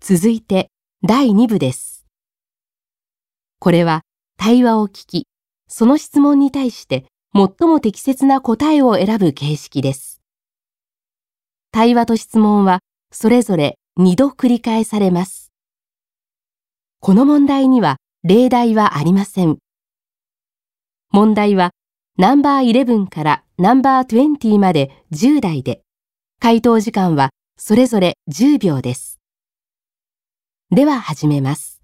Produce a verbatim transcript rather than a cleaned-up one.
続いてだいに部です。これは対話を聞き、その質問に対して最も適切な答えを選ぶ形式です。対話と質問はそれぞれにど繰り返されます。この問題には例題はありません。問題はナンバーイレブンからナンバートゥエンティまでじゅうだいで、回答時間はそれぞれじゅうびょうです。では始めます。